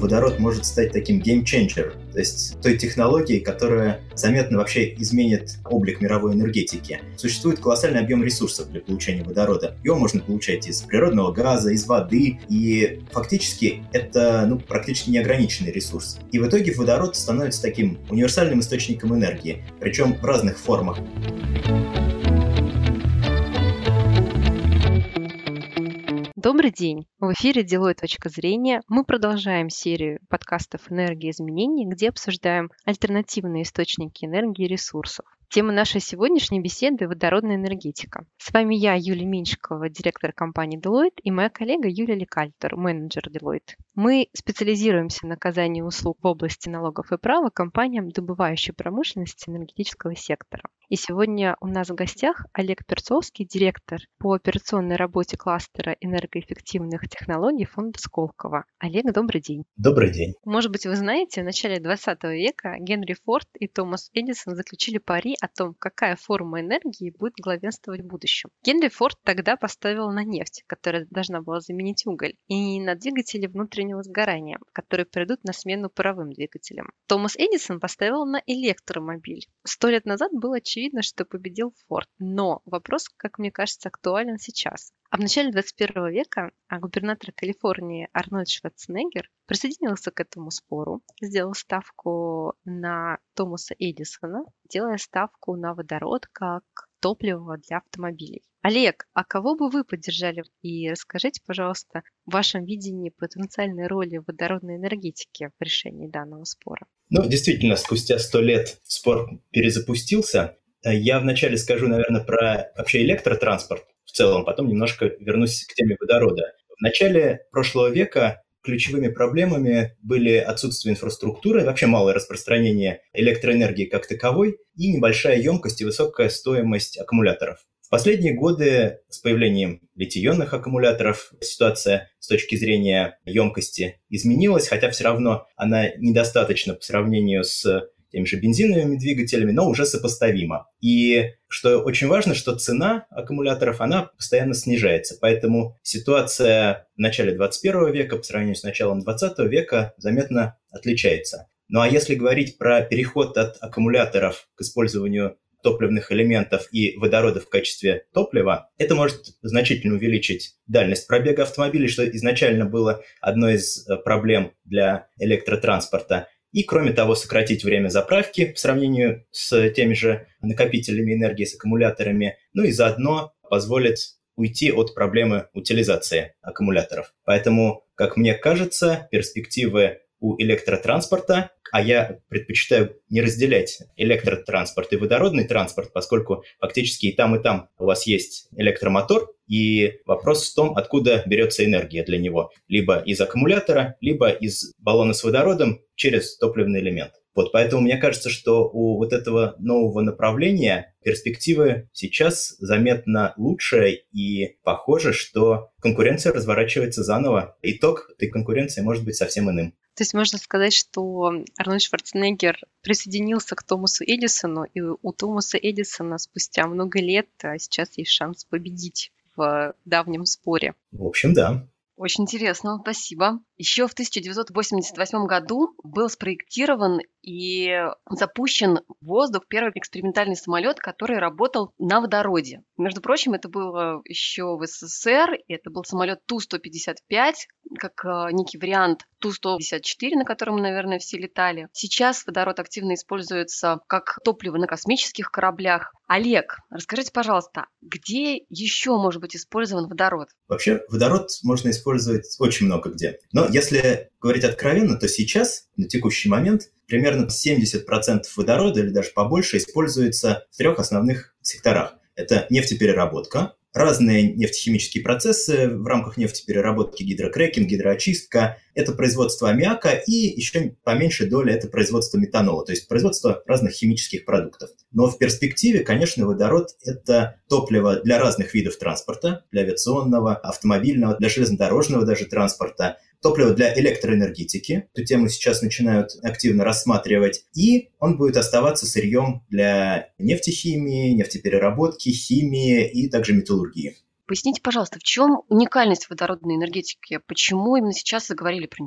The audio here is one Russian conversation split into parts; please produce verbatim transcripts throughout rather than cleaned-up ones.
водород может стать таким game-changer, то есть той технологией, которая заметно вообще изменит облик мировой энергетики. Существует колоссальный объем ресурсов для получения водорода. Его можно получать из природного газа, из воды, и фактически это ну, практически неограниченный ресурс. И в итоге водород становится таким универсальным источником энергии, причем в разных формах. Добрый день! В эфире «Деловая точка зрения». Мы продолжаем серию подкастов «Энергия изменений», где обсуждаем альтернативные источники энергии и ресурсов. Тема нашей сегодняшней беседы – водородная энергетика. С вами я, Юлия Меньшикова, директор компании Deloitte, и моя коллега Юлия Лекальтер, менеджер Deloitte. Мы специализируемся на оказании услуг в области налогов и права компаниям добывающей промышленности энергетического сектора. И сегодня у нас в гостях Олег Перцовский, директор по операционной работе кластера энергоэффективных технологий фонда Сколково. Олег, добрый день. Добрый день. Может быть, вы знаете, в начале двадцатого века Генри Форд и Томас Эдисон заключили пари о том, какая форма энергии будет главенствовать в будущем. Генри Форд тогда поставил на нефть, которая должна была заменить уголь, и на двигатели внутреннего сгорания, которые придут на смену паровым двигателям. Томас Эдисон поставил на электромобиль. Сто лет назад было очевидно, что победил Форд, но вопрос, как мне кажется, актуален сейчас. А в начале двадцать первого века губернатор Калифорнии Арнольд Шварценеггер присоединился к этому спору, сделал ставку на Томаса Эдисона, делая ставку на водород как топливо для автомобилей. Олег, а кого бы вы поддержали? И расскажите, пожалуйста, в вашем видении потенциальной роли водородной энергетики в решении данного спора. Ну, действительно, спустя сто лет спор перезапустился. Я вначале скажу, наверное, про вообще электротранспорт в целом, потом немножко вернусь к теме водорода. В начале прошлого века ключевыми проблемами были отсутствие инфраструктуры, вообще малое распространение электроэнергии как таковой и небольшая емкость и высокая стоимость аккумуляторов. В последние годы с появлением литий-ионных аккумуляторов ситуация с точки зрения емкости изменилась, хотя все равно она недостаточна по сравнению с теми же бензиновыми двигателями, но уже сопоставима. И что очень важно, что цена аккумуляторов, она постоянно снижается. Поэтому ситуация в начале двадцать первого века по сравнению с началом двадцатого века заметно отличается. Ну а если говорить про переход от аккумуляторов к использованию топливных элементов и водорода в качестве топлива, это может значительно увеличить дальность пробега автомобилей, что изначально было одной из проблем для электротранспорта. И, кроме того, сократить время заправки по сравнению с теми же накопителями энергии, с аккумуляторами, ну и заодно позволит уйти от проблемы утилизации аккумуляторов. Поэтому, как мне кажется, перспективы у электротранспорта, а я предпочитаю не разделять электротранспорт и водородный транспорт, поскольку фактически и там, и там у вас есть электромотор, и вопрос в том, откуда берется энергия для него. Либо из аккумулятора, либо из баллона с водородом через топливный элемент. Вот поэтому мне кажется, что у вот этого нового направления перспективы сейчас заметно лучше, и похоже, что конкуренция разворачивается заново. Итог этой конкуренции может быть совсем иным. То есть можно сказать, что Арнольд Шварценеггер присоединился к Томасу Эдисону, и у Томаса Эдисона спустя много лет сейчас есть шанс победить в давнем споре. В общем, да. Очень интересно, спасибо. Еще в тысяча девятьсот восемьдесят восьмом году был спроектирован и запущен в воздух первый экспериментальный самолет, который работал на водороде. Между прочим, это было еще в СССР, и это был самолет Ту сто пятьдесят пять, как некий вариант Ту сто пятьдесят четыре, на котором, наверное, все летали. Сейчас водород активно используется как топливо на космических кораблях. Олег, расскажите, пожалуйста, где еще может быть использован водород? Вообще, водород можно использовать очень много где. Но если говорить откровенно, то сейчас, на текущий момент, примерно семьдесят процентов водорода, или даже побольше, используется в трех основных секторах. Это нефтепереработка, разные нефтехимические процессы в рамках нефтепереработки, гидрокрекинг, гидроочистка, это производство аммиака и еще по меньшей доле это производство метанола, то есть производство разных химических продуктов. Но в перспективе, конечно, водород – это топливо для разных видов транспорта, для авиационного, автомобильного, для железнодорожного даже транспорта, топливо для электроэнергетики. Эту тему сейчас начинают активно рассматривать. И он будет оставаться сырьем для нефтехимии, нефтепереработки, химии и также металлургии. Поясните, пожалуйста, в чем уникальность водородной энергетики? Почему именно сейчас заговорили про нее? В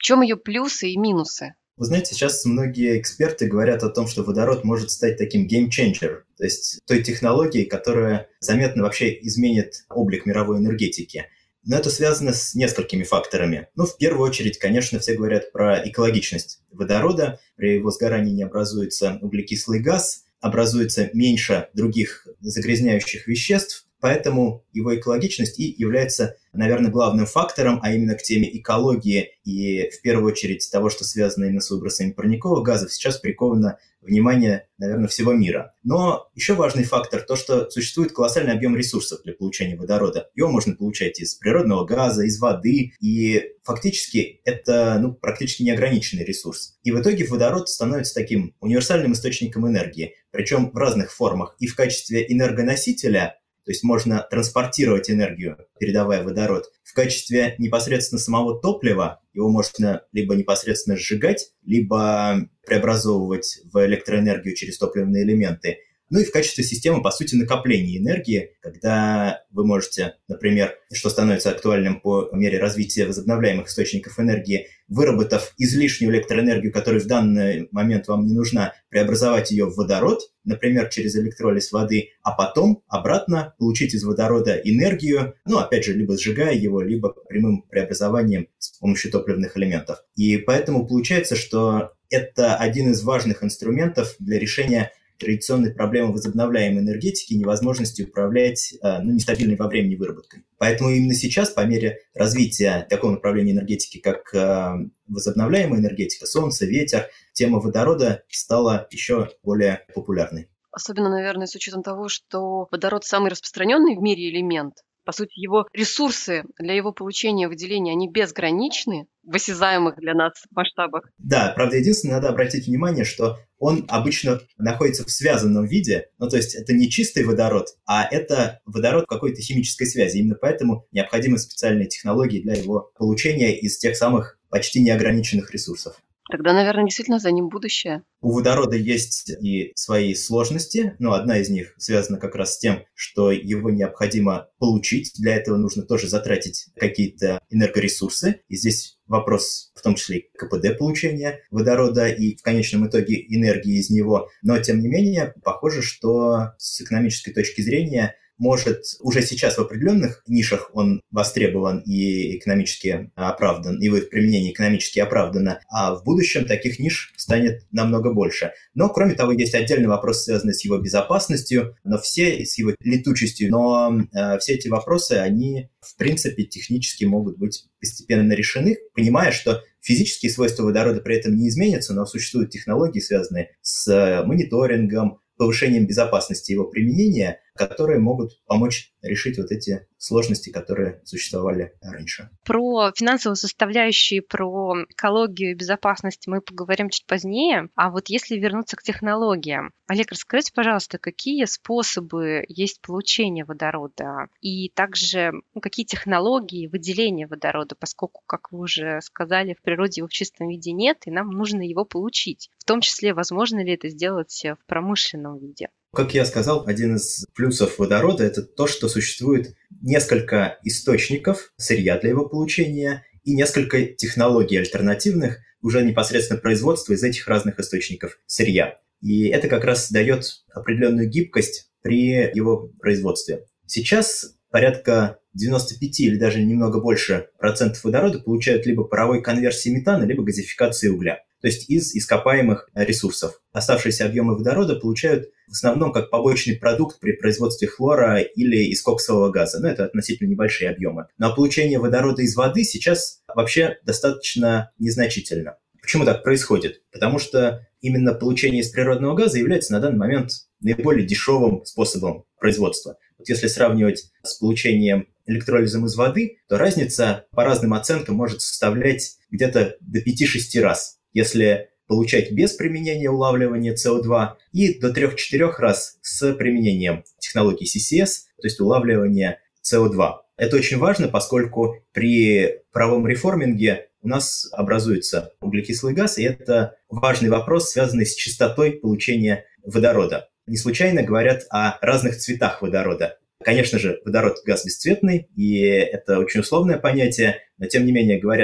чем ее плюсы и минусы? Вы знаете, сейчас многие эксперты говорят о том, что водород может стать таким game-changer, то есть той технологией, которая заметно вообще изменит облик мировой энергетики. Но это связано с несколькими факторами. Ну, в первую очередь, конечно, все говорят про экологичность водорода. При его сгорании не образуется углекислый газ, образуется меньше других загрязняющих веществ, поэтому его экологичность и является, наверное, главным фактором, а именно к теме экологии и, в первую очередь, того, что связано именно с выбросами парниковых газов, сейчас приковано внимание, наверное, всего мира. Но еще важный фактор – то, что существует колоссальный объем ресурсов для получения водорода. Его можно получать из природного газа, из воды, и фактически это ну, практически неограниченный ресурс. И в итоге водород становится таким универсальным источником энергии, причем в разных формах. И в качестве энергоносителя, то есть можно транспортировать энергию, передавая водород. В качестве непосредственно самого топлива его можно либо непосредственно сжигать, либо преобразовывать в электроэнергию через топливные элементы. Ну и в качестве системы, по сути, накопления энергии, когда вы можете, например, что становится актуальным по мере развития возобновляемых источников энергии, выработав излишнюю электроэнергию, которая в данный момент вам не нужна, преобразовать ее в водород, например, через электролиз воды, а потом обратно получить из водорода энергию, ну, опять же, либо сжигая его, либо прямым преобразованием с помощью топливных элементов. И поэтому получается, что это один из важных инструментов для решения традиционной проблемы возобновляемой энергетики, невозможности управлять ну, нестабильной во времени выработкой. Поэтому именно сейчас, по мере развития такого направления энергетики, как возобновляемая энергетика, солнце, ветер, тема водорода стала еще более популярной. Особенно, наверное, с учетом того, что водород самый распространенный в мире элемент. По сути, его ресурсы для его получения, выделения, они безграничны в осязаемых для нас масштабах. Да, правда, единственное, надо обратить внимание, что он обычно находится в связанном виде, ну, то есть это не чистый водород, а это водород какой-то химической связи. Именно поэтому необходимы специальные технологии для его получения из тех самых почти неограниченных ресурсов. Тогда, наверное, действительно за ним будущее. У водорода есть и свои сложности, но одна из них связана как раз с тем, что его необходимо получить. Для этого нужно тоже затратить какие-то энергоресурсы. И здесь вопрос в том числе и ка пэ дэ получения водорода и в конечном итоге энергии из него. Но, тем не менее, похоже, что с экономической точки зрения может уже сейчас в определенных нишах он востребован и экономически оправдан, и в их применении экономически оправдано, а в будущем таких ниш станет намного больше. Но, кроме того, есть отдельный вопрос, связанный с его безопасностью, но все с его летучестью, но э, все эти вопросы, они, в принципе, технически могут быть постепенно решены, понимая, что физические свойства водорода при этом не изменятся, но существуют технологии, связанные с мониторингом, повышением безопасности его применения, которые могут помочь решить вот эти сложности, которые существовали раньше. Про финансовую составляющую, про экологию и безопасность мы поговорим чуть позднее. А вот если вернуться к технологиям. Олег, расскажите, пожалуйста, какие способы есть получения водорода и также ну, какие технологии выделения водорода, поскольку, как вы уже сказали, в природе его в чистом виде нет, и нам нужно его получить. В том числе, возможно ли это сделать в промышленном виде? Как я сказал, один из плюсов водорода – это то, что существует несколько источников сырья для его получения и несколько технологий альтернативных уже непосредственно производства из этих разных источников сырья. И это как раз дает определенную гибкость при его производстве. Сейчас порядка девяносто пять или даже немного больше процентов водорода получают либо паровой конверсией метана, либо газификацией угля, то есть из ископаемых ресурсов. Оставшиеся объемы водорода получают в основном как побочный продукт при производстве хлора или из коксового газа. Но это относительно небольшие объемы. Но получение водорода из воды сейчас вообще достаточно незначительно. Почему так происходит? Потому что именно получение из природного газа является на данный момент наиболее дешевым способом производства. Вот если сравнивать с получением электролизом из воды, то разница по разным оценкам может составлять где-то до пяти-шести раз. Если получать без применения улавливания си о два, и до трех-четырех раз с применением технологии си си эс, то есть улавливания си о два. Это очень важно, поскольку при паровом реформинге у нас образуется углекислый газ, и это важный вопрос, связанный с частотой получения водорода. Не случайно говорят о разных цветах водорода. Конечно же, водород – газ бесцветный, и это очень условное понятие, но тем не менее говорят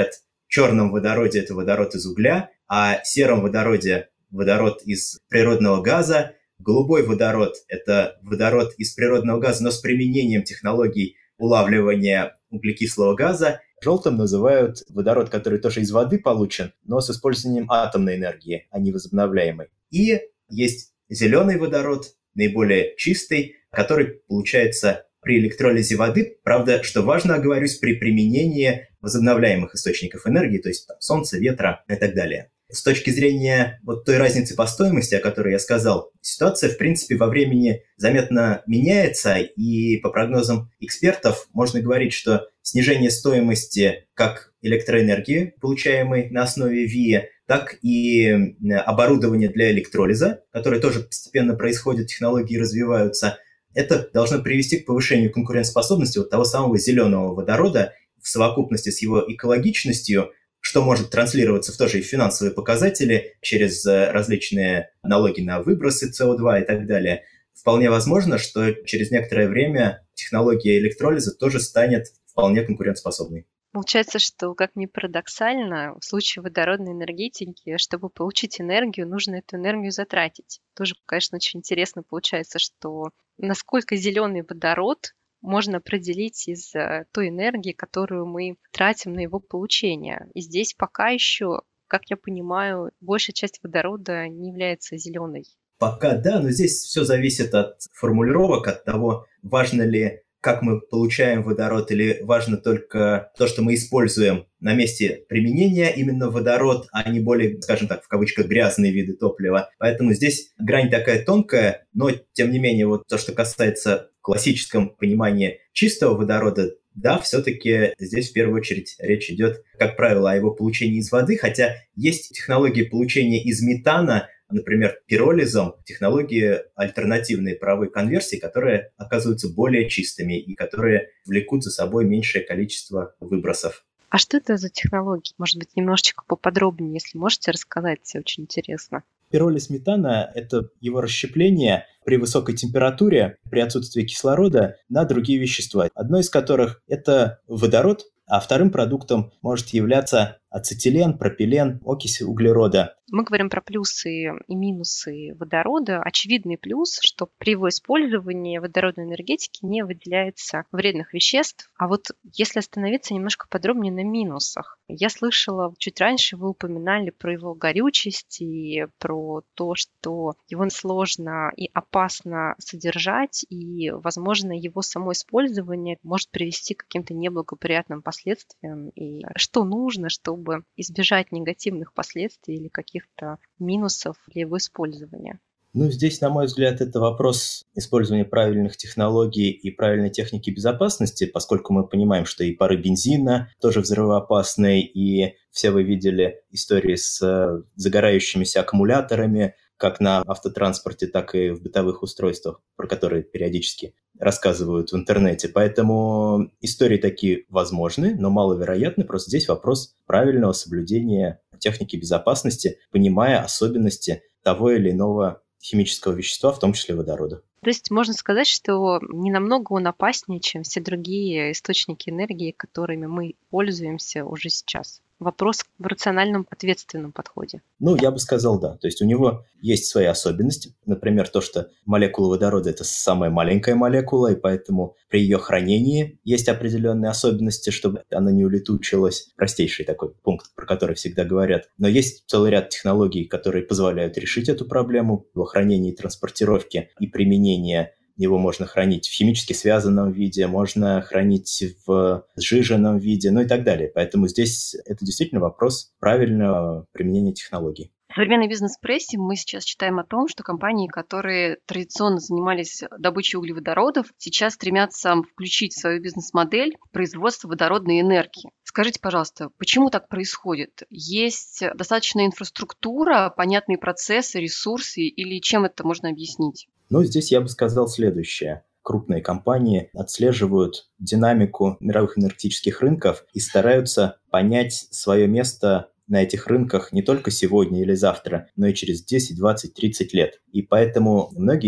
черном водороде это водород из угля, а сером водороде водород из природного газа, голубой водород – это водород из природного газа, но с применением технологий улавливания углекислого газа. Желтым называют водород, который тоже из воды получен, но с использованием атомной энергии, а не возобновляемой. И есть зеленый водород, наиболее чистый, который получается при электролизе воды. Правда, что важно, оговорюсь, при применении возобновляемых источников энергии, то есть там, солнца, ветра и так далее. С точки зрения вот той разницы по стоимости, о которой я сказал, ситуация, в принципе, во времени заметно меняется, и по прогнозам экспертов можно говорить, что снижение стоимости как электроэнергии, получаемой на основе ВИА, так и оборудования для электролиза, которое тоже постепенно происходит, технологии развиваются, это должно привести к повышению конкурентоспособности вот того самого зеленого водорода в совокупности с его экологичностью, что может транслироваться в тоже и финансовые показатели через различные налоги на выбросы си о два и так далее. Вполне возможно, что через некоторое время технология электролиза тоже станет вполне конкурентоспособной. Получается, что, как ни парадоксально, в случае водородной энергетики, чтобы получить энергию, нужно эту энергию затратить. Тоже, конечно, очень интересно получается, что насколько зеленый водород можно определить из той энергии, которую мы тратим на его получение. И здесь пока еще, как я понимаю, большая часть водорода не является зеленой. Пока да, но здесь все зависит от формулировок, от того, важно ли, как мы получаем водород, или важно только то, что мы используем на месте применения именно водород, а не более, скажем так, в кавычках, грязные виды топлива. Поэтому здесь грань такая тонкая, но, тем не менее, вот то, что касается в классическом понимании чистого водорода, да, все-таки здесь в первую очередь речь идет, как правило, о его получении из воды, хотя есть технологии получения из метана, например, пиролизом, технологии альтернативной паровой конверсии, которые оказываются более чистыми и которые влекут за собой меньшее количество выбросов. А что это за технологии? Может быть, немножечко поподробнее, если можете рассказать, очень интересно. Пиролиз метана – это его расщепление при высокой температуре, при отсутствии кислорода на другие вещества, одно из которых – это водород, а вторым продуктом может являться ацетилен, пропилен, окись углерода. Мы говорим про плюсы и минусы водорода. Очевидный плюс, что при его использовании водородной энергетики не выделяется вредных веществ. А вот если остановиться немножко подробнее на минусах. Я слышала, чуть раньше вы упоминали про его горючесть и про то, что его сложно и опасно содержать, и, возможно, его само использование может привести к каким-то неблагоприятным последствиям. И что нужно, чтобы избежать негативных последствий или каких-то минусов для его использования? Ну, здесь, на мой взгляд, это вопрос использования правильных технологий и правильной техники безопасности, поскольку мы понимаем, что и пары бензина тоже взрывоопасные, и все вы видели истории с загорающимися аккумуляторами, как на автотранспорте, так и в бытовых устройствах, про которые периодически рассказывают в интернете. Поэтому истории такие возможны, но маловероятны. Просто здесь вопрос правильного соблюдения техники безопасности, понимая особенности того или иного химического вещества, в том числе водорода. То есть можно сказать, что не намного он опаснее, чем все другие источники энергии, которыми мы пользуемся уже сейчас. Вопрос в рациональном ответственном подходе. Ну, я бы сказал, да. То есть у него есть свои особенности. Например, то, что молекула водорода – это самая маленькая молекула, и поэтому при ее хранении есть определенные особенности, чтобы она не улетучилась. Простейший такой пункт, про который всегда говорят. Но есть целый ряд технологий, которые позволяют решить эту проблему его хранения и транспортировки и применения. Его можно хранить в химически связанном виде, можно хранить в сжиженном виде, ну и так далее. Поэтому здесь это действительно вопрос правильного применения технологий. В современной бизнес-прессе мы сейчас читаем о том, что компании, которые традиционно занимались добычей углеводородов, сейчас стремятся включить в свою бизнес-модель производство водородной энергии. Скажите, пожалуйста, почему так происходит? Есть достаточная инфраструктура, понятные процессы, ресурсы, или чем это можно объяснить? Ну, здесь я бы сказал следующее. Крупные компании отслеживают динамику мировых энергетических рынков и стараются понять свое место на этих рынках не только сегодня или завтра, но и через десять, двадцать, тридцать лет. И поэтому многие из них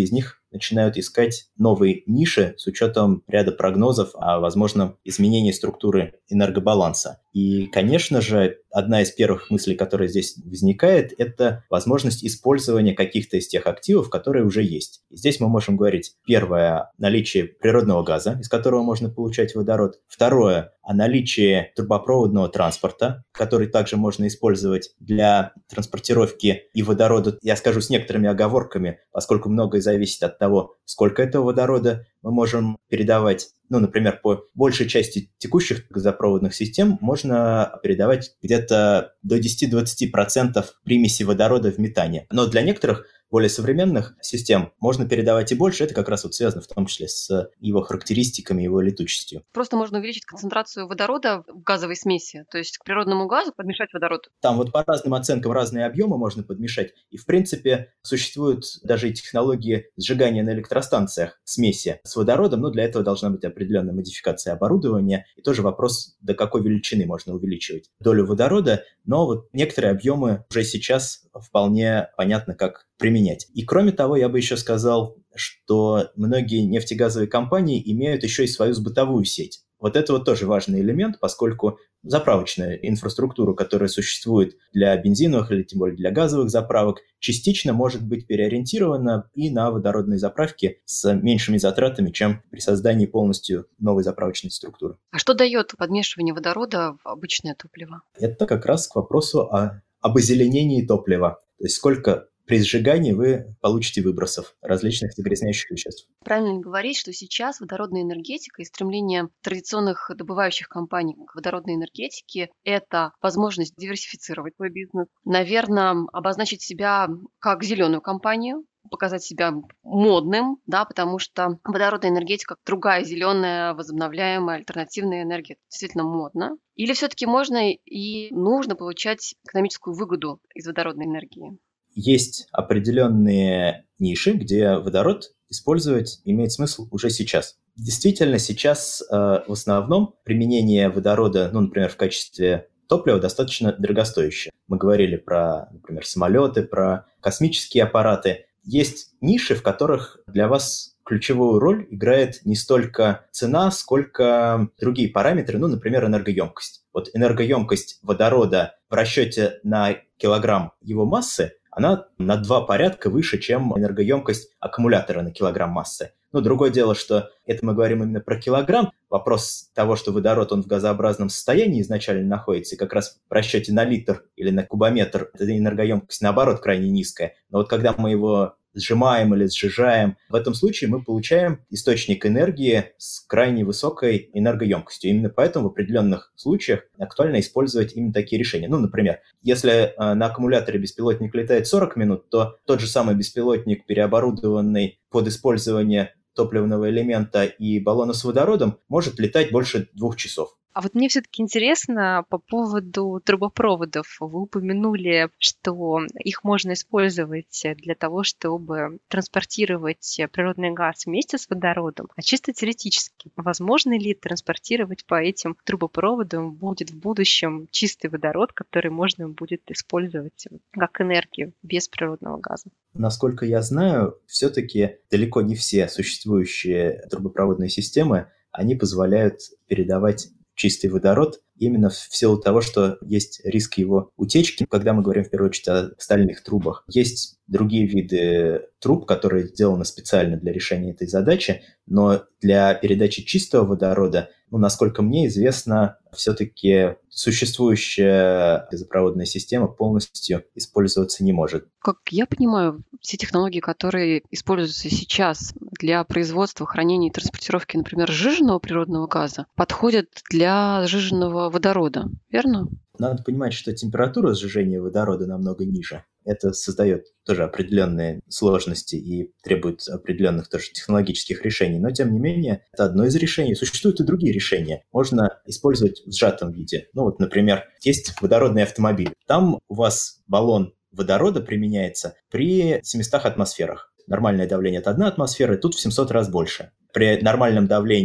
начинают искать новые ниши с учетом ряда прогнозов о возможном изменении структуры энергобаланса. И, конечно же, одна из первых мыслей, которая здесь возникает, это возможность использования каких-то из тех активов, которые уже есть. И здесь мы можем говорить, первое, наличие природного газа, из которого можно получать водород. Второе, о наличии трубопроводного транспорта, который также можно использовать для транспортировки и водорода, я скажу с некоторыми оговорками, поскольку многое зависит от того, сколько этого водорода мы можем передавать. Ну, например, по большей части текущих газопроводных систем можно передавать где-то до десять-двадцать процентов примеси водорода в метане. Но для некоторых более современных систем можно передавать и больше. Это как раз вот связано в том числе с его характеристиками, его летучестью. Просто можно увеличить концентрацию водорода в газовой смеси, то есть к природному газу подмешать водород. Там вот по разным оценкам разные объемы можно подмешать. И, в принципе, существуют даже и технологии сжигания на электростанциях смеси с водородом, но для этого должна быть определенная модификация оборудования. И тоже вопрос, до какой величины можно увеличивать долю водорода. Но вот некоторые объемы уже сейчас вполне понятно, как применять. И кроме того, я бы еще сказал, что многие нефтегазовые компании имеют еще и свою сбытовую сеть. Вот это вот тоже важный элемент, поскольку заправочная инфраструктура, которая существует для бензиновых или тем более для газовых заправок, частично может быть переориентирована и на водородные заправки с меньшими затратами, чем при создании полностью новой заправочной структуры. А что дает подмешивание водорода в обычное топливо? Это как раз к вопросу о, об озеленении топлива. То есть сколько при сжигании вы получите выбросов различных загрязняющих веществ. Правильно говорить, что сейчас водородная энергетика и стремление традиционных добывающих компаний к водородной энергетике – это возможность диверсифицировать свой бизнес, наверное, обозначить себя как зеленую компанию, показать себя модным, да, потому что водородная энергетика, другая зеленая, возобновляемая, альтернативная энергия действительно модна. Или все-таки можно и нужно получать экономическую выгоду из водородной энергии? Есть определенные ниши, где водород использовать имеет смысл уже сейчас. Действительно, сейчас э, в основном применение водорода, ну, например, в качестве топлива достаточно дорогостоящее. Мы говорили про, например, самолеты, про космические аппараты. Есть ниши, в которых для вас ключевую роль играет не столько цена, сколько другие параметры, ну, например, энергоемкость. Вот энергоемкость водорода в расчете на килограмм его массы, она на два порядка выше, чем энергоемкость аккумулятора на килограмм массы. Но другое дело, что это мы говорим именно про килограмм. Вопрос того, что водород, он в газообразном состоянии изначально находится, и как раз в расчете на литр или на кубометр эта энергоемкость, наоборот, крайне низкая. Но вот когда мы его сжимаем или сжижаем, в этом случае мы получаем источник энергии с крайне высокой энергоемкостью. Именно поэтому в определенных случаях актуально использовать именно такие решения. Ну, например, если э, на аккумуляторе беспилотник летает сорок минут, то тот же самый беспилотник, переоборудованный под использование топливного элемента и баллона с водородом, может летать больше двух часов. А вот мне все-таки интересно по поводу трубопроводов. Вы упомянули, что их можно использовать для того, чтобы транспортировать природный газ вместе с водородом. А чисто теоретически, возможно ли транспортировать по этим трубопроводам будет в будущем чистый водород, который можно будет использовать как энергию без природного газа? Насколько я знаю, все-таки далеко не все существующие трубопроводные системы, они позволяют передавать чистый водород именно в силу того, что есть риск его утечки, когда мы говорим в первую очередь о стальных трубах. Есть другие виды труб, которые сделаны специально для решения этой задачи, но для передачи чистого водорода, ну, насколько мне известно, все-таки существующая газопроводная система полностью использоваться не может. Как я понимаю, все технологии, которые используются сейчас для производства, хранения и транспортировки, например, сжиженного природного газа, подходят для сжиженного водорода, верно? Надо понимать, что температура сжижения водорода намного ниже. Это создает тоже определенные сложности и требует определенных тоже технологических решений. Но, тем не менее, это одно из решений. Существуют и другие решения. Можно использовать в сжатом виде. Ну вот, например, есть водородный автомобиль. Там у вас баллон водорода применяется при семистах атмосферах. Нормальное давление – это одна атмосфера, тут в семьсот раз больше. При нормальном давлении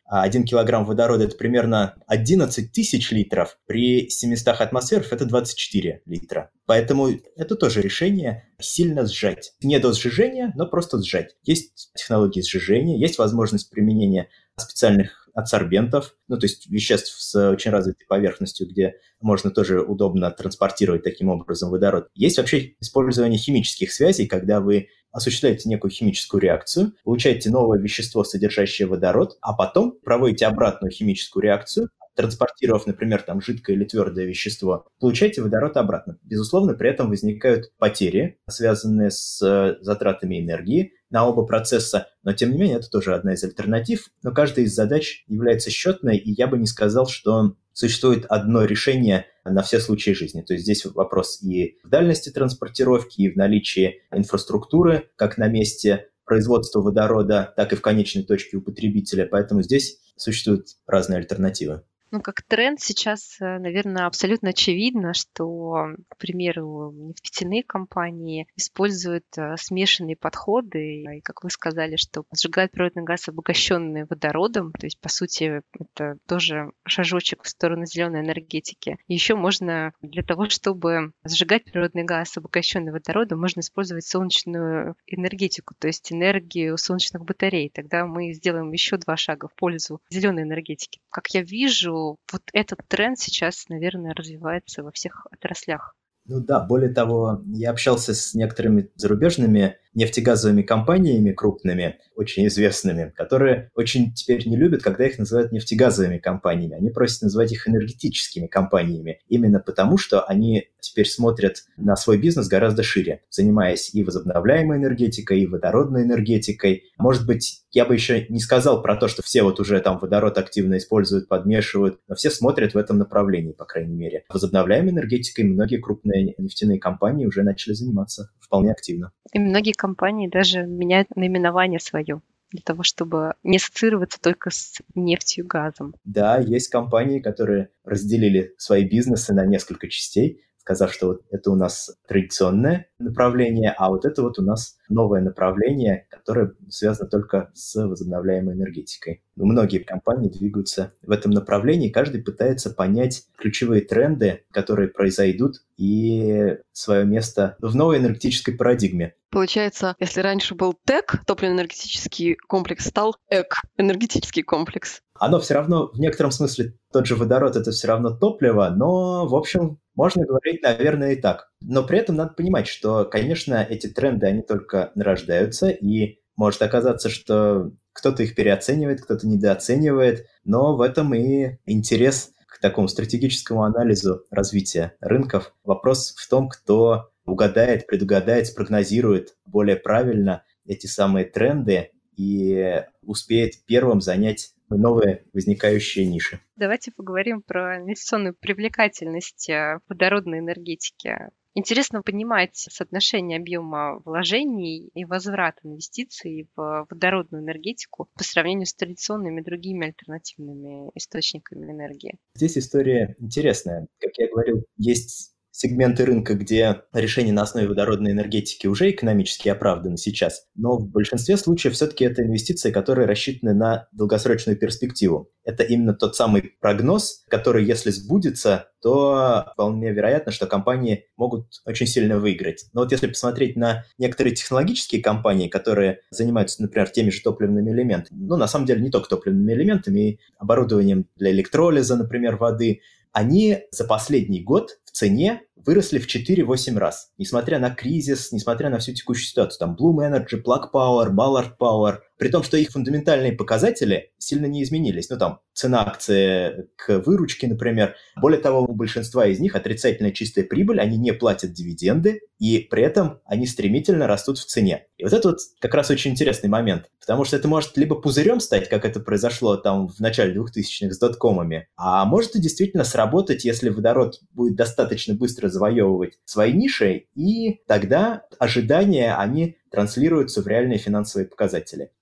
а один килограмм водорода – это примерно одиннадцать тысяч литров, при семистах атмосферах это двадцать четыре литра. Поэтому это тоже решение сильно сжать. Не до сжижения, но просто сжать. Есть технологии сжижения, есть возможность применения специальных адсорбентов, ну, то есть веществ с очень развитой поверхностью, где можно тоже удобно транспортировать таким образом водород. Есть вообще использование химических связей, когда вы осуществляете некую химическую реакцию, получаете новое вещество, содержащее водород, а потом проводите обратную химическую реакцию, транспортировав, например, там жидкое или твердое вещество, получаете водород обратно. Безусловно, при этом возникают потери, связанные с затратами энергии на оба процесса, но, тем не менее, это тоже одна из альтернатив. Но каждая из задач является счетной, и я бы не сказал, что существует одно решение на все случаи жизни. То есть здесь вопрос и в дальности транспортировки, и в наличии инфраструктуры, как на месте производства водорода, так и в конечной точке у потребителя. Поэтому здесь существуют разные альтернативы. Ну, как тренд сейчас, наверное, абсолютно очевидно, что, к примеру, нефтяные компании используют смешанные подходы. И, как вы сказали, что сжигают природный газ, обогащенный водородом. То есть, по сути, это тоже шажочек в сторону зеленой энергетики. И еще можно для того, чтобы сжигать природный газ, обогащенный водородом, можно использовать солнечную энергетику, то есть энергию солнечных батарей. Тогда мы сделаем еще два шага в пользу зеленой энергетики. Как я вижу, вот этот тренд сейчас, наверное, развивается во всех отраслях. Ну да, более того, я общался с некоторыми зарубежными нефтегазовыми компаниями крупными, очень известными, которые очень теперь не любят, когда их называют нефтегазовыми компаниями. Они просят называть их энергетическими компаниями, именно потому, что они теперь смотрят на свой бизнес гораздо шире, занимаясь и возобновляемой энергетикой, и водородной энергетикой. Может быть, я бы еще не сказал про то, что все вот уже там водород активно используют, подмешивают, но все смотрят в этом направлении, по крайней мере. Возобновляемой энергетикой многие крупные нефтяные компании уже начали заниматься вполне активно. И многие компании даже меняют наименование свое для того, чтобы не ассоциироваться только с нефтью и газом. Да, есть компании, которые разделили свои бизнесы на несколько частей, сказав, что вот это у нас традиционное направление, а вот это вот у нас новое направление, которое связано только с возобновляемой энергетикой. Но многие компании двигаются в этом направлении, каждый пытается понять ключевые тренды, которые произойдут, и свое место в новой энергетической парадигме. Получается, если раньше был ТЭК, топливно-энергетический комплекс, стал ЭК, энергетический комплекс. Оно все равно, в некотором смысле, тот же водород – это все равно топливо, но, в общем, можно говорить, наверное, и так. Но при этом надо понимать, что, конечно, эти тренды, они только нарождаются, и может оказаться, что кто-то их переоценивает, кто-то недооценивает, но в этом и интерес к такому стратегическому анализу развития рынков. Вопрос в том, кто угадает, предугадает, спрогнозирует более правильно эти самые тренды и успеет первым занять новые возникающие ниши. Давайте поговорим про инвестиционную привлекательность водородной энергетики. Интересно понимать соотношение объема вложений и возврата инвестиций в водородную энергетику по сравнению с традиционными другими альтернативными источниками энергии. Здесь история интересная. Как я говорил, есть сегменты рынка, где решения на основе водородной энергетики уже экономически оправданы сейчас, но в большинстве случаев все-таки это инвестиции, которые рассчитаны на долгосрочную перспективу. Это именно тот самый прогноз, который, если сбудется, то вполне вероятно, что компании могут очень сильно выиграть. Но вот если посмотреть на некоторые технологические компании, которые занимаются, например, теми же топливными элементами, ну, на самом деле, не только топливными элементами, и оборудованием для электролиза, например, воды, они за последний год в цене выросли в четыре-восемь раз. Несмотря на кризис, несмотря на всю текущую ситуацию. Там Bloom Energy, Plug Power, Ballard Power. При том, что их фундаментальные показатели сильно не изменились. Ну, там, цена акции к выручке, например. Более того, у большинства из них отрицательная чистая прибыль, они не платят дивиденды, и при этом они стремительно растут в цене. И вот это вот как раз очень интересный момент. Потому что это может либо пузырем стать, как это произошло там в начале двухтысячных с доткомами, а может и действительно сработать, если водород будет достаточно быстро завоевывать свои ниши, и тогда ожидания, они транслируются в реальные финансовые показатели.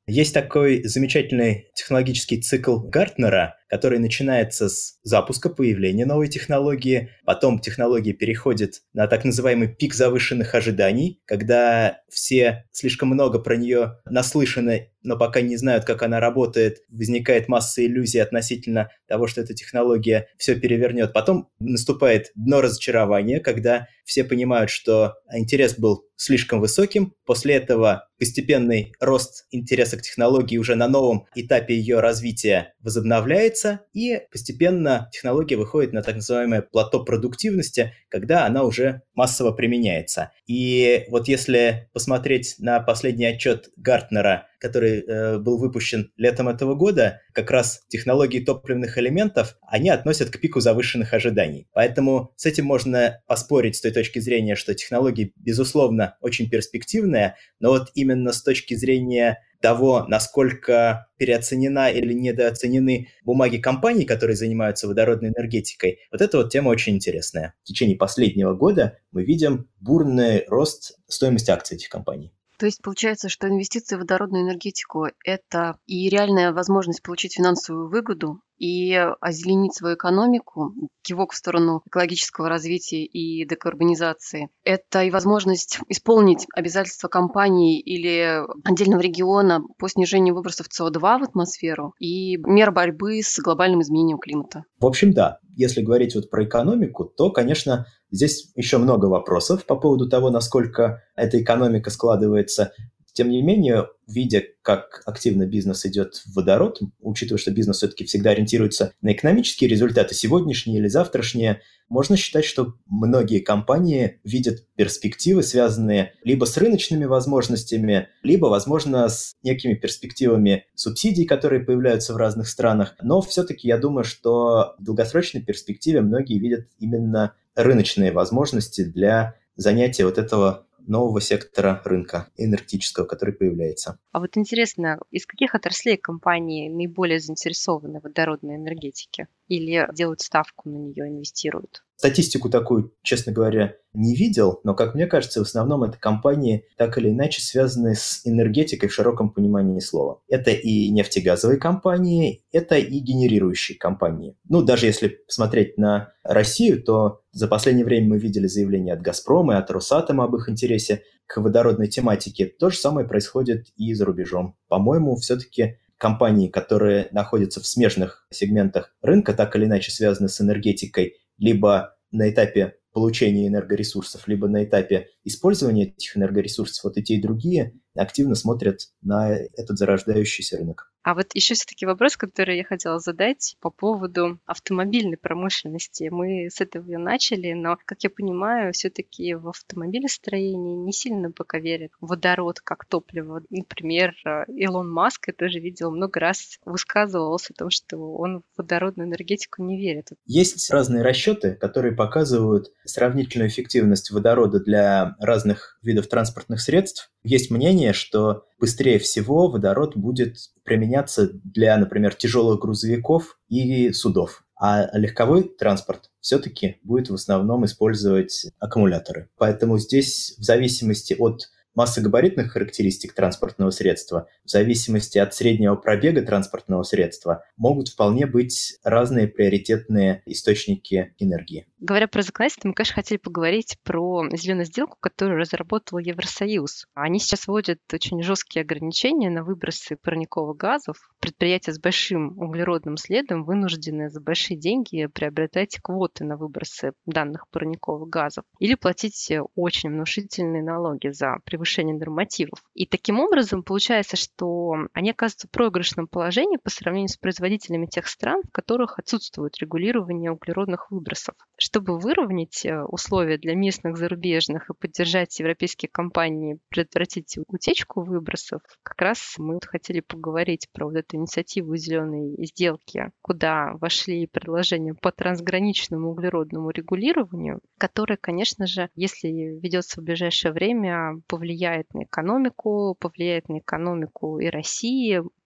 Есть такой замечательный технологический цикл Гартнера, который начинается с запуска, появления новой технологии, потом технология переходит на так называемый пик завышенных ожиданий, когда все слишком много про нее наслышаны, но пока не знают, как она работает, возникает масса иллюзий относительно того, что эта технология все перевернет. Потом наступает дно разочарования, когда все понимают, что интерес был слишком высоким. После этого постепенный рост интереса к технологии уже на новом этапе ее развития возобновляется, и постепенно технология выходит на так называемое плато продуктивности, когда она уже массово применяется. И вот если посмотреть на последний отчет Гартнера, который э, был выпущен летом этого года, как раз технологии топливных элементов, они относят к пику завышенных ожиданий. Поэтому с этим можно поспорить с той точки зрения, что технология, безусловно, очень перспективная, но вот именно с точки зрения того, насколько переоценена или недооценены бумаги компаний, которые занимаются водородной энергетикой, вот эта вот тема очень интересная. В течение последнего года мы видим бурный рост стоимости акций этих компаний. То есть получается, что инвестиции в водородную энергетику– это и реальная возможность получить финансовую выгоду, и озеленить свою экономику, кивок в сторону экологического развития и декарбонизации. Это и возможность исполнить обязательства компании или отдельного региона по снижению выбросов си о два в атмосферу и мер борьбы с глобальным изменением климата. В общем, да. Если говорить вот про экономику, то, конечно, здесь еще много вопросов по поводу того, насколько эта экономика складывается. Тем не менее, видя, как активно бизнес идет в водород, учитывая, что бизнес все-таки всегда ориентируется на экономические результаты, сегодняшние или завтрашние, можно считать, что многие компании видят перспективы, связанные либо с рыночными возможностями, либо, возможно, с некими перспективами субсидий, которые появляются в разных странах. Но все-таки я думаю, что в долгосрочной перспективе многие видят именно рыночные возможности для занятия вот этого нового сектора рынка энергетического, который появляется. А вот интересно, из каких отраслей компании наиболее заинтересованы в водородной энергетике или делают ставку на нее, инвестируют? Статистику такую, честно говоря, не видел, но, как мне кажется, в основном это компании, так или иначе, связанные с энергетикой в широком понимании слова. Это и нефтегазовые компании, это и генерирующие компании. Ну, даже если смотреть на Россию, то за последнее время мы видели заявления от «Газпрома» и от «Росатома» об их интересе к водородной тематике. То же самое происходит и за рубежом. По-моему, все-таки компании, которые находятся в смежных сегментах рынка, так или иначе связаны с энергетикой, либо на этапе получения энергоресурсов, либо на этапе использования этих энергоресурсов, вот и те, и другие активно смотрят на этот зарождающийся рынок. А вот еще все-таки вопрос, который я хотела задать по поводу автомобильной промышленности. Мы с этого и начали, но, как я понимаю, все-таки в автомобилестроении не сильно пока верят в водород как топливо. Например, Илон Маск, я тоже видел, много раз высказывался о том, что он в водородную энергетику не верит. Есть разные расчеты, которые показывают сравнительную эффективность водорода для разных видов транспортных средств. Есть мнение, что быстрее всего водород будет применяться для, например, тяжелых грузовиков и судов, а легковой транспорт все-таки будет в основном использовать аккумуляторы. Поэтому здесь в зависимости от массогабаритных характеристик транспортного средства, в зависимости от среднего пробега транспортного средства, могут вполне быть разные приоритетные источники энергии. Говоря про законодательство, мы, конечно, хотели поговорить про зеленую сделку, которую разработал Евросоюз. Они сейчас вводят очень жесткие ограничения на выбросы парниковых газов. Предприятия с большим углеродным следом вынуждены за большие деньги приобретать квоты на выбросы данных парниковых газов или платить очень внушительные налоги за превышение нормативов. И таким образом получается, что они оказываются в проигрышном положении по сравнению с производителями тех стран, в которых отсутствует регулирование углеродных выбросов. Чтобы выровнять условия для местных, зарубежных и поддержать европейские компании, предотвратить утечку выбросов, как раз мы вот хотели поговорить про вот эту инициативу зеленой сделки, куда вошли предложения по трансграничному углеродному регулированию, которое, конечно же, если ведется в ближайшее время, повлияет на экономику, повлияет на экономику и России,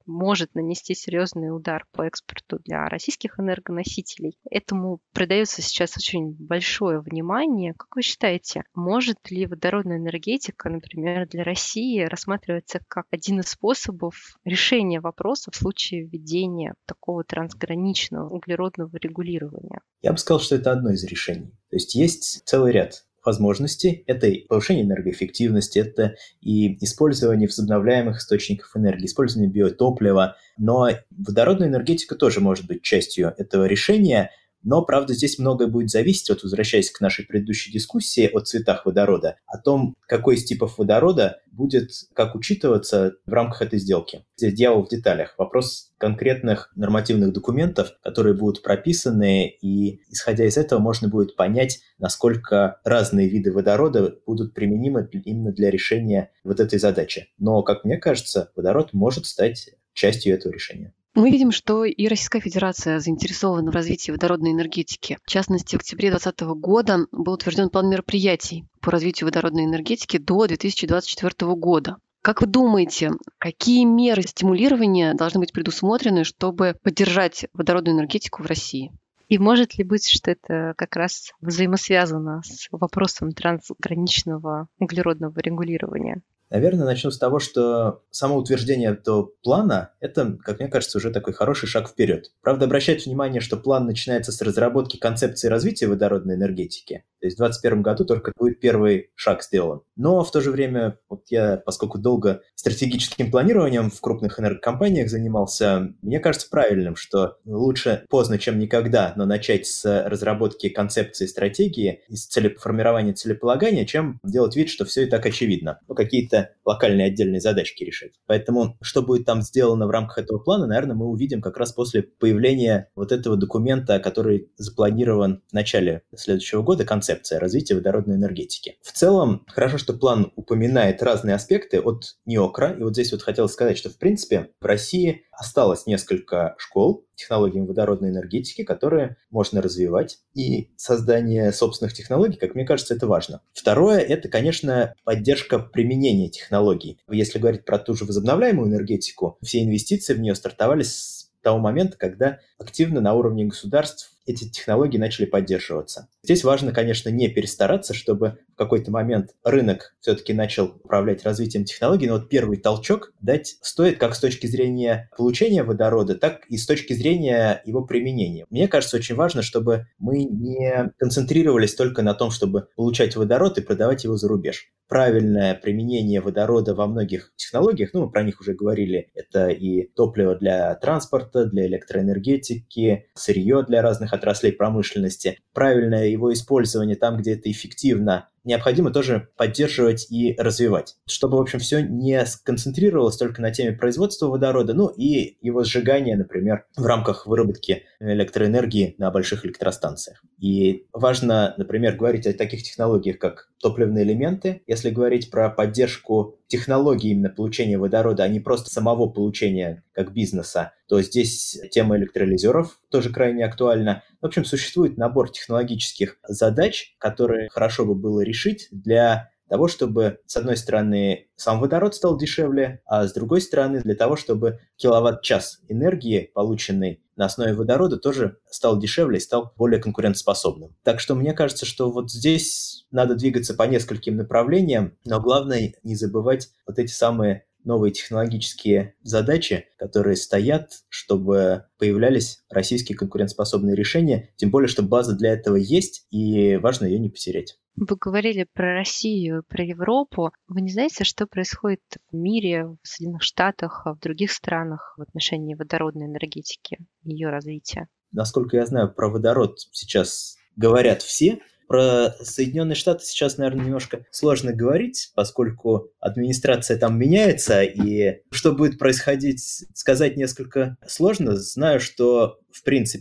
может нанести серьезный удар по экспорту для российских энергоносителей. Этому придается сейчас очень большое внимание. Как вы считаете, может ли водородная энергетика, например, для России рассматриваться как один из способов решения вопроса в случае введения такого трансграничного углеродного регулирования? Я бы сказал, что это одно из решений. То есть есть целый ряд возможностей. Это и повышение энергоэффективности, это и использование возобновляемых источников энергии, использование биотоплива. Но водородная энергетика тоже может быть частью этого решения. Но, правда, здесь многое будет зависеть, вот возвращаясь к нашей предыдущей дискуссии о цветах водорода, о том, какой из типов водорода будет как учитываться в рамках этой сделки. Здесь дьявол в деталях. Вопрос конкретных нормативных документов, которые будут прописаны, и, исходя из этого, можно будет понять, насколько разные виды водорода будут применимы именно для решения вот этой задачи. Но, как мне кажется, водород может стать частью этого решения. Мы видим, что и Российская Федерация заинтересована в развитии водородной энергетики. В частности, в октябре две тысячи двадцатого года был утвержден план мероприятий по развитию водородной энергетики до две тысячи двадцать четвёртого года. Как вы думаете, какие меры стимулирования должны быть предусмотрены, чтобы поддержать водородную энергетику в России? И может ли быть, что это как раз взаимосвязано с вопросом трансграничного углеродного регулирования? Наверное, начну с того, что само утверждение этого плана – это, как мне кажется, уже такой хороший шаг вперед. Правда, обращать внимание, что план начинается с разработки концепции развития водородной энергетики. То есть в двадцать первом году только будет первый шаг сделан. Но в то же время, вот я, поскольку долго стратегическим планированием в крупных энергокомпаниях занимался, мне кажется правильным, что лучше поздно, чем никогда, но начать с разработки концепции стратегии, с целеформирования целеполагания, чем делать вид, что все и так очевидно. Ну, какие-то локальные отдельные задачки решать. Поэтому, что будет там сделано в рамках этого плана, наверное, мы увидим как раз после появления вот этого документа, который запланирован в начале следующего года, концепция развития водородной энергетики. В целом, хорошо, что план упоминает разные аспекты от НИОКРа, и вот здесь вот хотел сказать, что, в принципе, в России осталось несколько школ технологиям водородной энергетики, которые можно развивать, и создание собственных технологий, как мне кажется, это важно. Второе – это, конечно, поддержка применения технологий. Если говорить про ту же возобновляемую энергетику, все инвестиции в нее стартовали с того момента, когда активно на уровне государств эти технологии начали поддерживаться. Здесь важно, конечно, не перестараться, чтобы в какой-то момент рынок все-таки начал управлять развитием технологий, но вот первый толчок дать стоит как с точки зрения получения водорода, так и с точки зрения его применения. Мне кажется, очень важно, чтобы мы не концентрировались только на том, чтобы получать водород и продавать его за рубеж. Правильное применение водорода во многих технологиях, ну, мы про них уже говорили, это и топливо для транспорта, для электроэнергетики, сырье для разных отраслей промышленности, правильное его использование там, где это эффективно, необходимо тоже поддерживать и развивать, чтобы, в общем, все не сконцентрировалось только на теме производства водорода, ну и его сжигания, например, в рамках выработки электроэнергии на больших электростанциях. И важно, например, говорить о таких технологиях, как топливные элементы. Если говорить про поддержку технологий именно получения водорода, а не просто самого получения как бизнеса, то здесь тема электролизеров тоже крайне актуальна. В общем, существует набор технологических задач, которые хорошо бы было решить для того, чтобы, с одной стороны, сам водород стал дешевле, а с другой стороны, для того, чтобы киловатт-час энергии, полученный на основе водорода, тоже стал дешевле и стал более конкурентоспособным. Так что мне кажется, что вот здесь надо двигаться по нескольким направлениям, но главное не забывать вот эти самые новые технологические задачи, которые стоят, чтобы появлялись российские конкурентоспособные решения, тем более, что база для этого есть, и важно ее не потерять. Вы говорили про Россию, про Европу. Вы не знаете, что происходит в мире, в Соединенных Штатах, в других странах в отношении водородной энергетики и ее развития? Насколько я знаю, про водород сейчас говорят все. Про Соединенные Штаты сейчас, наверное, немножко сложно говорить, поскольку администрация там меняется, и что будет происходить, сказать несколько сложно. Знаю, что, в принципе,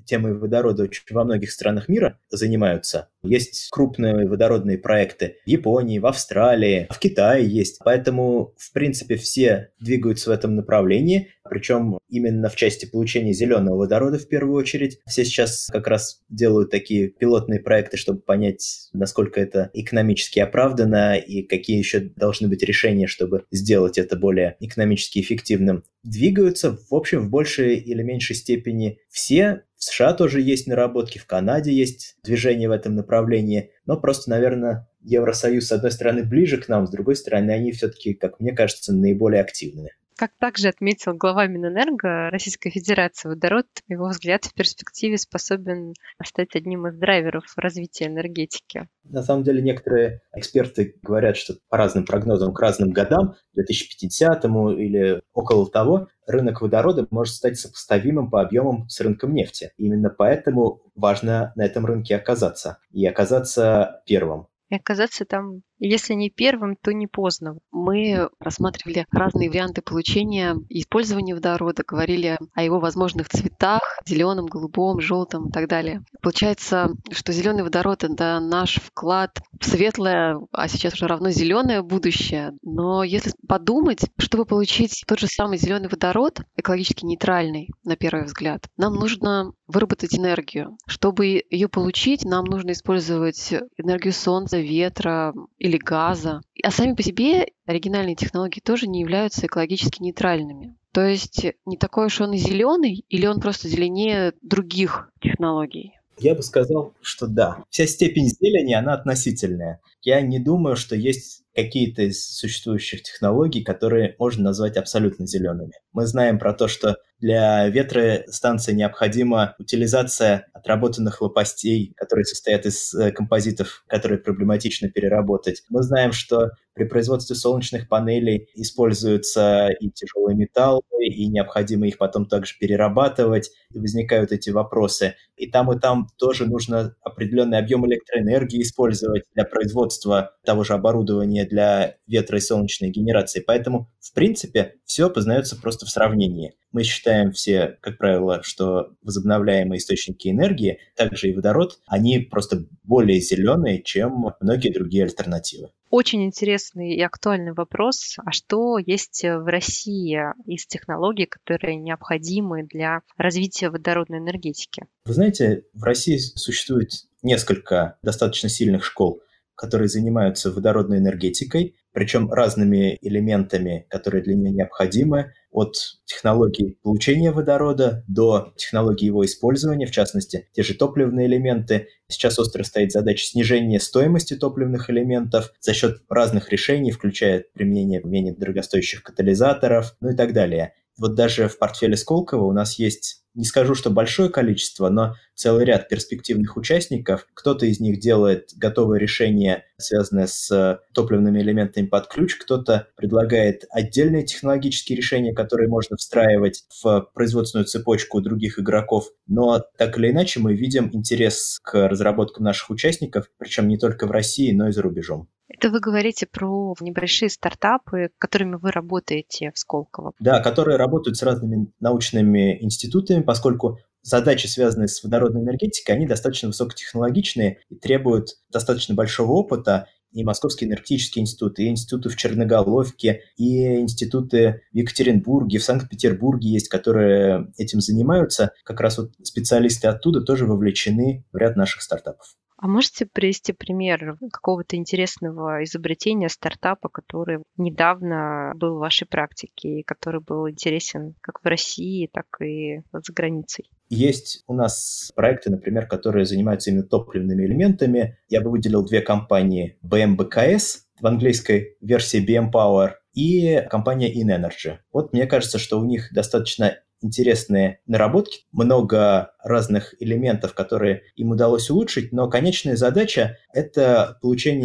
темой водорода очень во многих странах мира занимаются. Есть крупные водородные проекты в Японии, в Австралии, в Китае есть. Поэтому, в принципе, все двигаются в этом направлении. Причем именно в части получения зеленого водорода в первую очередь. Все сейчас как раз делают такие пилотные проекты, чтобы понять, насколько это экономически оправдано и какие еще должны быть решения, чтобы сделать это более экономически эффективным. Двигаются, в общем, в большей или меньшей степени все. В США тоже есть наработки, в Канаде есть движение в этом направлении, но просто, наверное, Евросоюз, с одной стороны, ближе к нам, с другой стороны, они все-таки, как мне кажется, наиболее активные. Как также отметил глава Минэнерго Российской Федерации, водород, на его взгляд, в перспективе способен стать одним из драйверов развития энергетики. На самом деле некоторые эксперты говорят, что по разным прогнозам к разным годам, к две тысячи пятидесятому или около того, рынок водорода может стать сопоставимым по объемам с рынком нефти. Именно поэтому важно на этом рынке оказаться и оказаться первым. И оказаться там, если не первым, то не поздно. Мы рассматривали разные варианты получения и использования водорода, говорили о его возможных цветах, зеленом, голубом, желтом и так далее. Получается, что зеленый водород — это наш вклад в светлое, а сейчас уже равно зеленое будущее. Но если подумать, чтобы получить тот же самый зеленый водород, экологически нейтральный, на первый взгляд, нам нужно выработать энергию. Чтобы ее получить, нам нужно использовать энергию солнца, ветра или газа. А сами по себе оригинальные технологии тоже не являются экологически нейтральными. То есть не такой уж он и зеленый, или он просто зеленее других технологий? Я бы сказал, что да. Вся степень зелени, она относительная. Я не думаю, что есть какие-то из существующих технологий, которые можно назвать абсолютно зелеными. Мы знаем про то, что для ветростанции необходима утилизация отработанных лопастей, которые состоят из композитов, которые проблематично переработать. Мы знаем, что при производстве солнечных панелей используются и тяжелые металлы, и необходимо их потом также перерабатывать, и возникают эти вопросы. И там, и там тоже нужно определенный объем электроэнергии использовать для производства того же оборудования для ветро- и солнечной генерации. Поэтому, в принципе, все познается просто в сравнении. Мы считаем все, как правило, что возобновляемые источники энергии, также и водород, они просто более зеленые, чем многие другие альтернативы. Очень интересный и актуальный вопрос. А что есть в России из технологий, которые необходимы для развития водородной энергетики? Вы знаете, в России существует несколько достаточно сильных школ, которые занимаются водородной энергетикой, причем разными элементами, которые для нее необходимы, от технологий получения водорода до технологий его использования, в частности, те же топливные элементы. Сейчас остро стоит задача снижения стоимости топливных элементов за счет разных решений, включая применение менее дорогостоящих катализаторов, ну и так далее. Вот даже в портфеле Сколково у нас есть, не скажу, что большое количество, но целый ряд перспективных участников. Кто-то из них делает готовые решения, связанные с топливными элементами под ключ, кто-то предлагает отдельные технологические решения, которые можно встраивать в производственную цепочку других игроков. Но так или иначе мы видим интерес к разработкам наших участников, причем не только в России, но и за рубежом. Это вы говорите про небольшие стартапы, которыми вы работаете в Сколково. Да, которые работают с разными научными институтами, поскольку задачи, связанные с водородной энергетикой, они достаточно высокотехнологичные и требуют достаточно большого опыта. И Московский энергетический институт, и институты в Черноголовке, и институты в Екатеринбурге, в Санкт-Петербурге есть, которые этим занимаются. Как раз вот специалисты оттуда тоже вовлечены в ряд наших стартапов. А можете привести пример какого-то интересного изобретения стартапа, который недавно был в вашей практике и который был интересен как в России, так и за границей? Есть у нас проекты, например, которые занимаются именно топливными элементами. Я бы выделил две компании: би эм би кей эс, в английской версии би эм Power, и компания InEnergy. Вот мне кажется, что у них достаточно интересные наработки, много разных элементов, которые им удалось улучшить, но конечная задача – это получение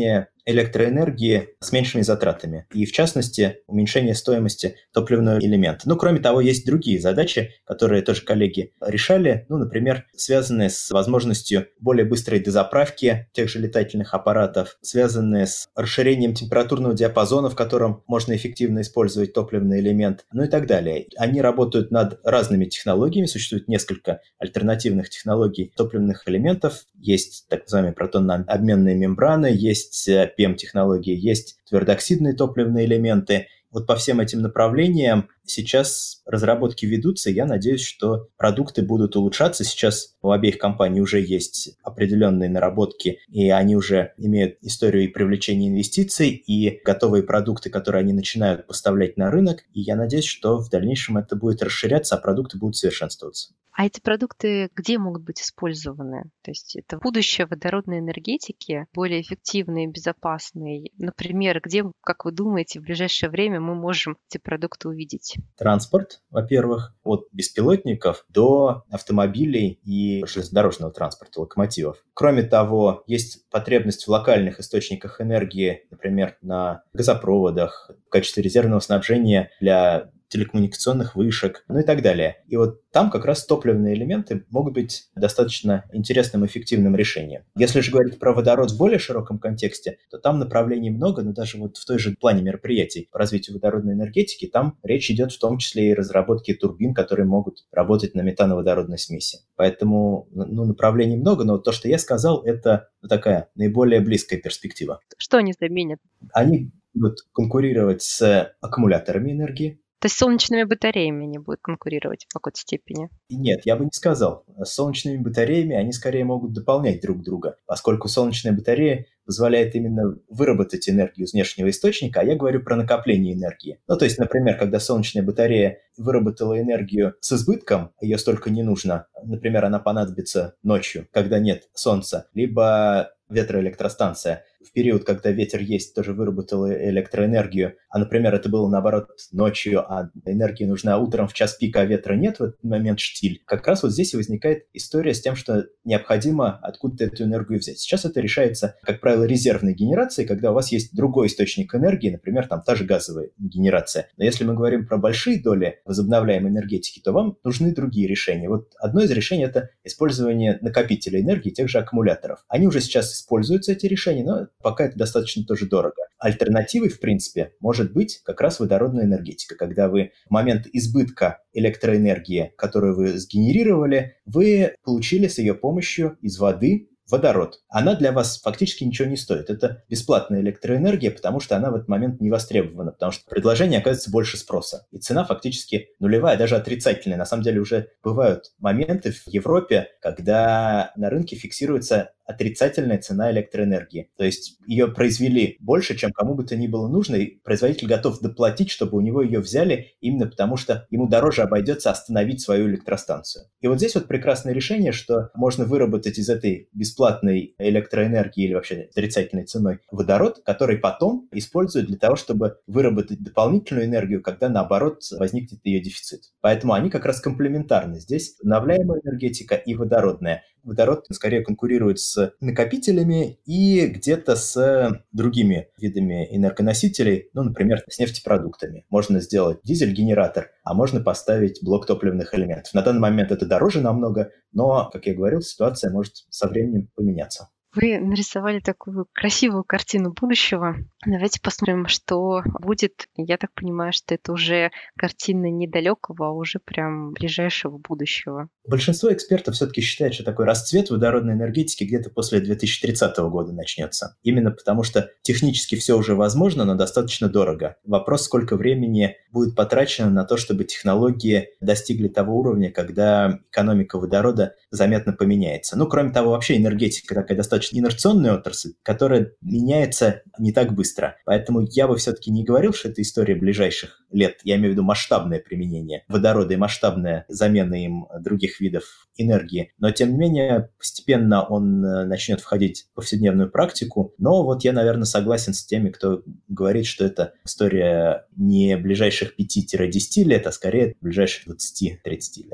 электроэнергии с меньшими затратами. И, в частности, уменьшение стоимости топливного элемента. Ну, кроме того, есть другие задачи, которые тоже коллеги решали. Ну, например, связанные с возможностью более быстрой дозаправки тех же летательных аппаратов, связанные с расширением температурного диапазона, в котором можно эффективно использовать топливный элемент, ну и так далее. Они работают над разными технологиями. Существует несколько альтернативных технологий топливных элементов. Есть так называемые протонно-обменные мембраны, есть пи эм-технологии, есть твердооксидные топливные элементы. Вот по всем этим направлениям сейчас разработки ведутся, и я надеюсь, что продукты будут улучшаться. Сейчас у обеих компаний уже есть определенные наработки, и они уже имеют историю и привлечения инвестиций, и готовые продукты, которые они начинают поставлять на рынок. И я надеюсь, что в дальнейшем это будет расширяться, а продукты будут совершенствоваться. А эти продукты где могут быть использованы? То есть это будущее водородной энергетики, более эффективной и безопасной. Например, где, как вы думаете, в ближайшее время мы можем эти продукты увидеть? Транспорт, во-первых, от беспилотников до автомобилей и железнодорожного транспорта, локомотивов. Кроме того, есть потребность в локальных источниках энергии, например, на газопроводах, в качестве резервного снабжения для телекоммуникационных вышек, ну и так далее. И вот там как раз топливные элементы могут быть достаточно интересным и эффективным решением. Если же говорить про водород в более широком контексте, то там направлений много, но даже вот в той же плане мероприятий по развитию водородной энергетики там речь идет в том числе и разработке турбин, которые могут работать на метановодородной смеси. Поэтому ну, направлений много, но то, что я сказал, это такая наиболее близкая перспектива. Что они заменят? Они будут конкурировать с аккумуляторами энергии. То есть с солнечными батареями они будут конкурировать в какой-то степени? Нет, я бы не сказал. С солнечными батареями они скорее могут дополнять друг друга, поскольку солнечная батарея позволяет именно выработать энергию из внешнего источника, а я говорю про накопление энергии. Ну, то есть, например, когда солнечная батарея выработала энергию с избытком, ее столько не нужно, например, она понадобится ночью, когда нет солнца, либо ветроэлектростанция в период, когда ветер есть, тоже выработала электроэнергию, а, например, это было, наоборот, ночью, а энергия нужна утром в час пика, а ветра нет в этот момент штиль. Как раз вот здесь и возникает история с тем, что необходимо откуда-то эту энергию взять. Сейчас это решается, как правило, резервной генерацией, когда у вас есть другой источник энергии, например, там та же газовая генерация. Но если мы говорим про большие доли возобновляемой энергетики, то вам нужны другие решения. Вот одно из решений – это использование накопителей энергии, тех же аккумуляторов. Они уже сейчас используются, эти решения, но пока это достаточно тоже дорого. Альтернативой, в принципе, может быть как раз водородная энергетика, когда вы в момент избытка электроэнергии, которую вы сгенерировали, вы получили с ее помощью из воды водород. Она для вас фактически ничего не стоит. Это бесплатная электроэнергия, потому что она в этот момент не востребована, потому что предложение оказывается больше спроса. И цена фактически нулевая, даже отрицательная. На самом деле уже бывают моменты в Европе, когда на рынке фиксируется отрицательная цена электроэнергии. То есть ее произвели больше, чем кому бы то ни было нужно, и производитель готов доплатить, чтобы у него ее взяли, именно потому что ему дороже обойдется остановить свою электростанцию. И вот здесь вот прекрасное решение, что можно выработать из этой бесплатной электроэнергии или вообще отрицательной ценой водород, который потом используют для того, чтобы выработать дополнительную энергию, когда, наоборот, возникнет ее дефицит. Поэтому они как раз комплементарны. Здесь обновляемая энергетика и водородная. Водород скорее конкурирует с накопителями и где-то с другими видами энергоносителей, ну, например, с нефтепродуктами. Можно сделать дизель-генератор, а можно поставить блок топливных элементов. На данный момент это дороже намного, но, как я говорил, ситуация может со временем поменяться. Вы нарисовали такую красивую картину будущего. Давайте посмотрим, что будет. Я так понимаю, что это уже картина недалекого, а уже прям ближайшего будущего. Большинство экспертов все-таки считает, что такой расцвет водородной энергетики где-то после две тысячи тридцатого года начнется. Именно потому, что технически все уже возможно, но достаточно дорого. Вопрос, сколько времени будет потрачено на то, чтобы технологии достигли того уровня, когда экономика водорода заметно поменяется. Ну, кроме того, вообще энергетика такая достаточно инерционная отрасль, которая меняется не так быстро. Поэтому я бы все-таки не говорил, что это история ближайших лет. Я имею в виду масштабное применение водорода и масштабная замена им других видов энергии. Но, тем не менее, постепенно он начнет входить в повседневную практику. Но вот я, наверное, согласен с теми, кто говорит, что это история не ближайших пяти-десяти лет, а скорее ближайших двадцати-тридцати лет.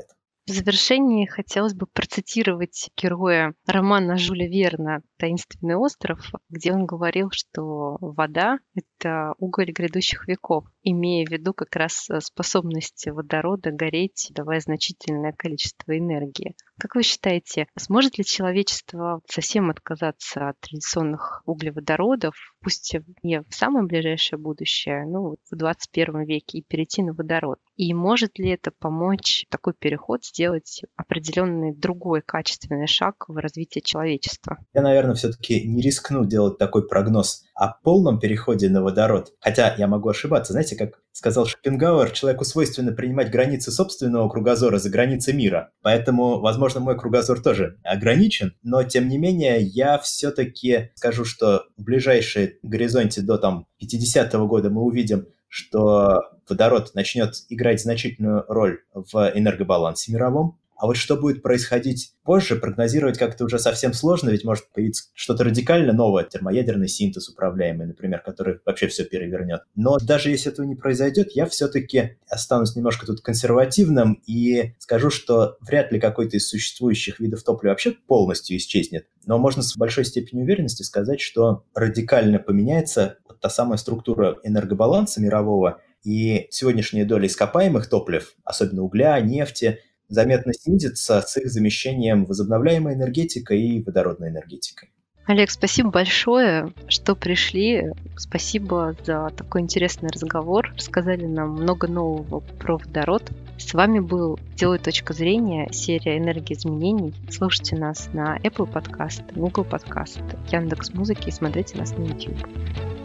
В завершении хотелось бы процитировать героя романа Жюля Верна «Таинственный остров», где он говорил, что вода — это уголь грядущих веков, имея в виду как раз способность водорода гореть, давая значительное количество энергии. Как вы считаете, сможет ли человечество совсем отказаться от традиционных углеводородов, пусть не в самое ближайшее будущее, но вот в двадцать первом веке, и перейти на водород? И может ли это помочь такой переход сделать определенный другой качественный шаг в развитии человечества? Я, наверное, все-таки не рискну делать такой прогноз о полном переходе на водород. Хотя я могу ошибаться. Знаете, как сказал Шопенгауэр, человеку свойственно принимать границы собственного кругозора за границы мира. Поэтому, возможно, мой кругозор тоже ограничен. Но, тем не менее, я все-таки скажу, что в ближайшем горизонте до там, пятидесятого года мы увидим, что водород начнет играть значительную роль в энергобалансе мировом. А вот что будет происходить позже, прогнозировать как-то уже совсем сложно, ведь может появиться что-то радикально новое, термоядерный синтез управляемый, например, который вообще все перевернет. Но даже если этого не произойдет, я все-таки останусь немножко тут консервативным и скажу, что вряд ли какой-то из существующих видов топлива вообще полностью исчезнет. Но можно с большой степенью уверенности сказать, что радикально поменяется вот та самая структура энергобаланса мирового, и сегодняшняя доля ископаемых топлив, особенно угля, нефти, заметно снизится с их замещением возобновляемой энергетикой и водородной энергетикой. Олег, спасибо большое, что пришли. Спасибо за такой интересный разговор. Рассказали нам много нового про водород. С вами был «Делай точка зрения», серия «Энергия изменений». Слушайте нас на Apple Podcast, Google Podcast, Яндекс.Музыки и смотрите нас на YouTube.